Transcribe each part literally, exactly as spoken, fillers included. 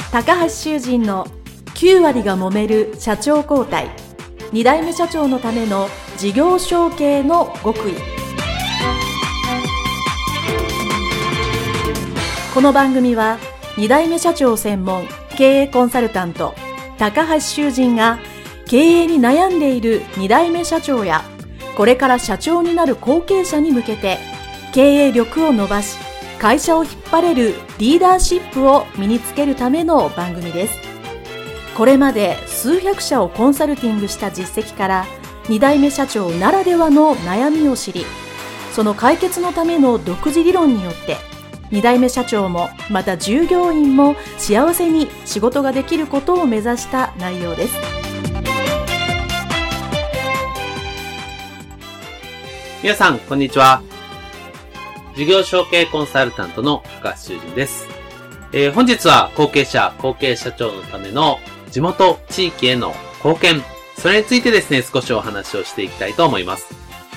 高橋修人のきゅう割が揉める社長交代、に代目社長のための事業承継の極意。この番組はに代目社長専門経営コンサルタント高橋修人が経営に悩んでいるに代目社長やこれから社長になる後継者に向けて経営力を伸ばし会社を引っ張れるリーダーシップを身につけるための番組です。これまで数百社をコンサルティングした実績からに代目社長ならではの悩みを知り、その解決のための独自理論によってに代目社長もまた従業員も幸せに仕事ができることを目指した内容です。 皆さんこんにちは。事業承継コンサルタントの高橋修人です。えー、本日は後継者、後継社長のための地元、地域への貢献、それについてですね、少しお話をしていきたいと思います。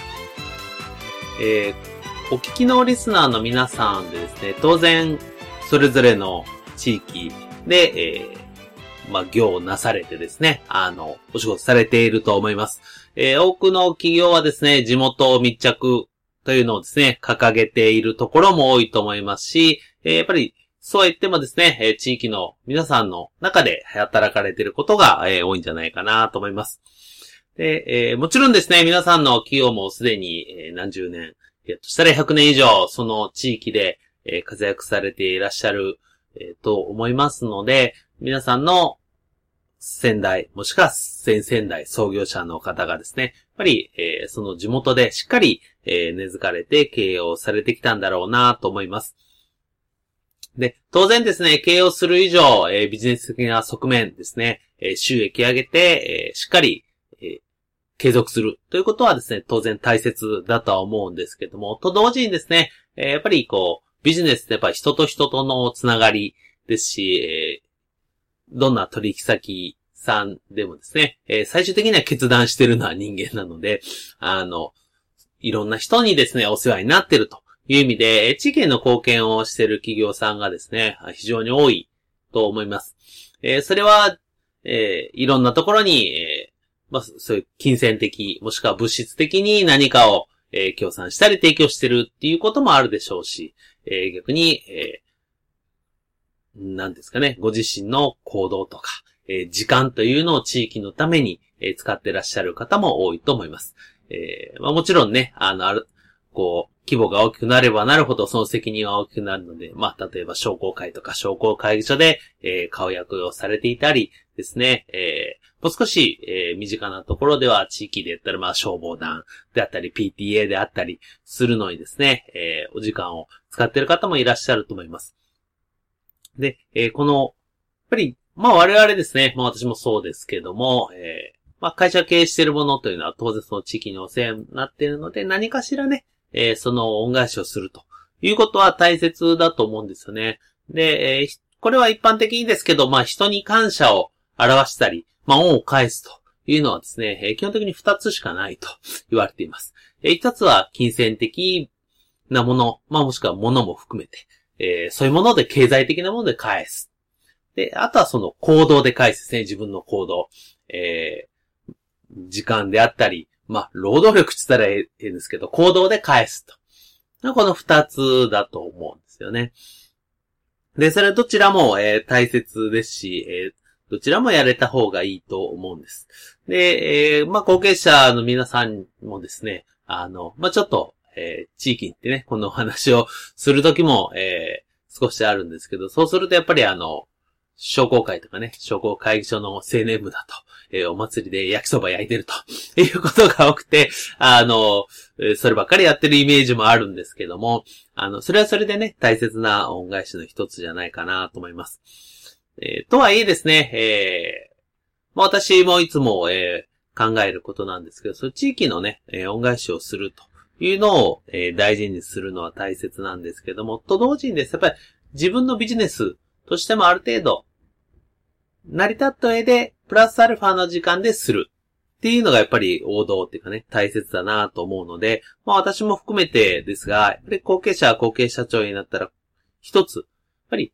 えー、お聞きのリスナーの皆さんでですね、当然、それぞれの地域で、えー、まあ、業をなされてですね、あの、お仕事されていると思います。えー、多くの企業はですね、地元密着というのをですね、掲げているところも多いと思いますし、えー、やっぱりそう言ってもですね、えー、地域の皆さんの中で働かれていることが、えー、多いんじゃないかなと思います。で、えー、もちろんですね、皆さんの企業もすでに、えー、何十年、やっとしたらひゃくねん以上、その地域で、えー、活躍されていらっしゃる、えー、と思いますので、皆さんの先代、もしくは先々代創業者の方がですね、やっぱり、えー、その地元でしっかり、えー、根付かれて経営をされてきたんだろうなと思います。で、当然ですね、経営をする以上、えー、ビジネス的な側面ですね、えー、収益上げて、えー、しっかり、えー、継続するということはですね、当然大切だとは思うんですけども、と同時にですね、えー、やっぱりこう、ビジネスってやっぱり人と人とのつながりですし、えーどんな取引先さんでもですね、えー、最終的には決断しているのは人間なので、あの、いろんな人にですね、お世話になっているという意味で、地域への貢献をしている企業さんがですね、非常に多いと思います。えー、それは、えー、いろんなところに、えー、まあ、そういう金銭的、もしくは物質的に何かを、えー、協賛したり提供しているっていうこともあるでしょうし、えー、逆に、えー何ですかね、ご自身の行動とか、えー、時間というのを地域のために、えー、使っていらっしゃる方も多いと思います。えーまあ、もちろんね、あの、ある、こう、規模が大きくなればなるほどその責任は大きくなるので、まあ、例えば商工会とか商工会議所で、えー、顔役をされていたりですね、えー、もう少し、えー、身近なところでは地域で言ったら、まあ、消防団であったり、ピーティーエー であったりするのにですね、えー、お時間を使っている方もいらっしゃると思います。で、えー、この、やっぱり、まあ我々ですね、まあ私もそうですけども、えー、まあ会社経営しているものというのは当然その地域にお世話になっているので、何かしらね、えー、その恩返しをするということは大切だと思うんですよね。で、えー、これは一般的にですけど、まあ人に感謝を表したり、まあ恩を返すというのはですね、えー、基本的に二つしかないと言われています。えー、一つは金銭的なもの、まあもしくは物も含めて、えー、そういうもので経済的なもので返す。で、あとはその行動で返すですね。自分の行動。えー、時間であったり、まあ、労働力って言ったらええんですけど、行動で返すと。この二つだと思うんですよね。で、それどちらも、えー、大切ですし、えー、どちらもやれた方がいいと思うんです。で、えー、まあ、後継者の皆さんもですね、あの、まあ、ちょっと、えー、地域に行ってね、このお話をするときも、えー、少しあるんですけど、そうするとやっぱりあの、商工会とかね、商工会議所の青年部だと、えー、お祭りで焼きそば焼いてるということが多くて、あの、そればっかりやってるイメージもあるんですけども、あの、それはそれでね、大切な恩返しの一つじゃないかなと思います。えー、とはいえですね、えー、まあ、私もいつも、えー、考えることなんですけど、その地域のね、えー、恩返しをするというのを、えー、大事にするのは大切なんですけども、と同時にですね、やっぱり自分のビジネスとしてもある程度、成り立った上で、プラスアルファの時間でするっていうのがやっぱり王道っていうかね、大切だなと思うので、まあ私も含めてですが、やっぱり後継者、後継社長になったら、一つ、やっぱり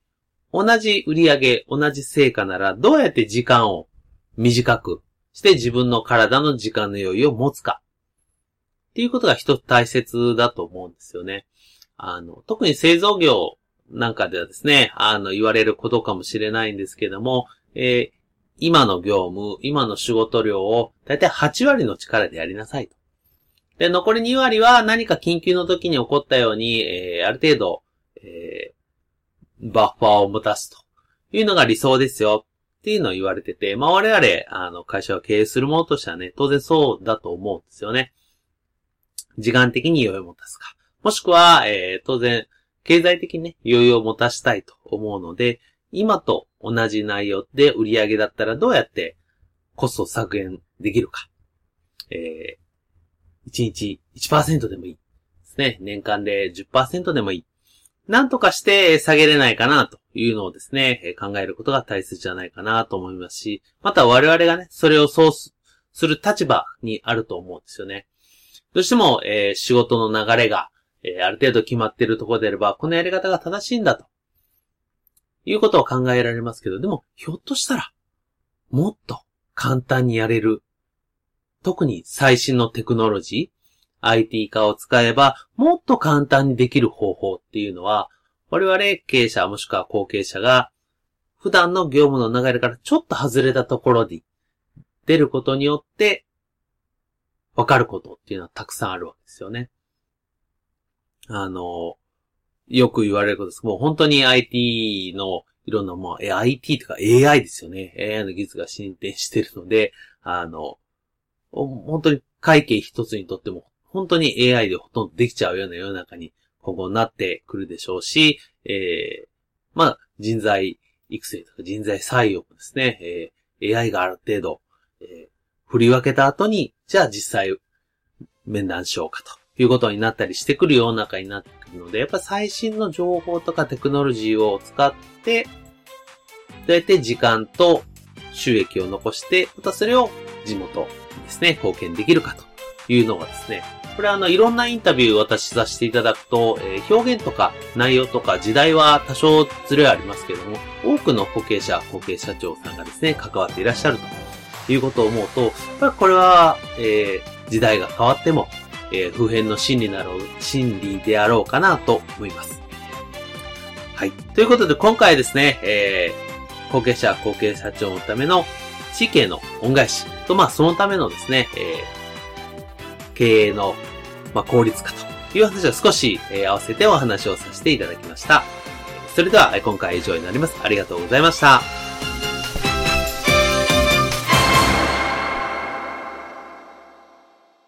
同じ売上、同じ成果ならどうやって時間を短くして自分の体の時間の余裕を持つかっていうことが一つ大切だと思うんですよね。あの、特に製造業なんかではですね、あの、言われることかもしれないんですけども、えー、今の業務、今の仕事量をだいたいはちわりの力でやりなさいと。で、残りにわりは何か緊急の時に起こったように、えー、ある程度、えー、バッファーを持たすというのが理想ですよっていうのを言われてて、まあ我々、あの、会社を経営する者としてはね、当然そうだと思うんですよね。時間的に余裕を持たすか。もしくは、えー、当然、経済的にね、余裕を持たしたいと思うので、今と同じ内容で売上だったらどうやってコストを削減できるか。えー、いちにち いちパーセント でもいいですね。年間で じゅっパーセント でもいい。なんとかして下げれないかなというのをですね、考えることが大切じゃないかなと思いますし、また我々がね、それをそうする立場にあると思うんですよね。どうしても、えー、仕事の流れが、えー、ある程度決まっているところであれば、このやり方が正しいんだということを考えられますけど、でも、ひょっとしたら、もっと簡単にやれる。特に最新のテクノロジー、アイティー 化を使えば、もっと簡単にできる方法っていうのは、我々経営者もしくは後継者が、普段の業務の流れからちょっと外れたところに出ることによって、わかることっていうのはたくさんあるわけですよね。あの、よく言われることです。もう本当に アイティー のいろんなもう アイティー とか エーアイ ですよね。エーアイ の技術が進展しているので、あの、本当に会計一つにとっても本当に エーアイ でほとんどできちゃうような世の中に今後なってくるでしょうし、えー、まあ人材育成とか人材採用もですね、えー、エーアイ がある程度、えー、振り分けた後に、じゃあ実際面談しようかということになったりしてくる世の中になってくるので、やっぱ最新の情報とかテクノロジーを使って、どうやって時間と収益を残して、またそれを地元にですね、貢献できるかというのがですね、これはあの、いろんなインタビューを私させていただくと、えー、表現とか内容とか時代は多少ずれはありますけれども、多くの後継者、後継社長さんがですね、関わっていらっしゃるということを思うと、やっぱりこれは、えー、時代が変わっても、えー、普遍の真理なろう、真理であろうかなと思います。はい。ということで今回ですね、えー、後継者、後継社長のための地域への恩返しと、まあそのためのですね、えー、経営の、まあ、効率化という話を少し、えー、合わせてお話をさせていただきました。それでは今回は以上になります。ありがとうございました。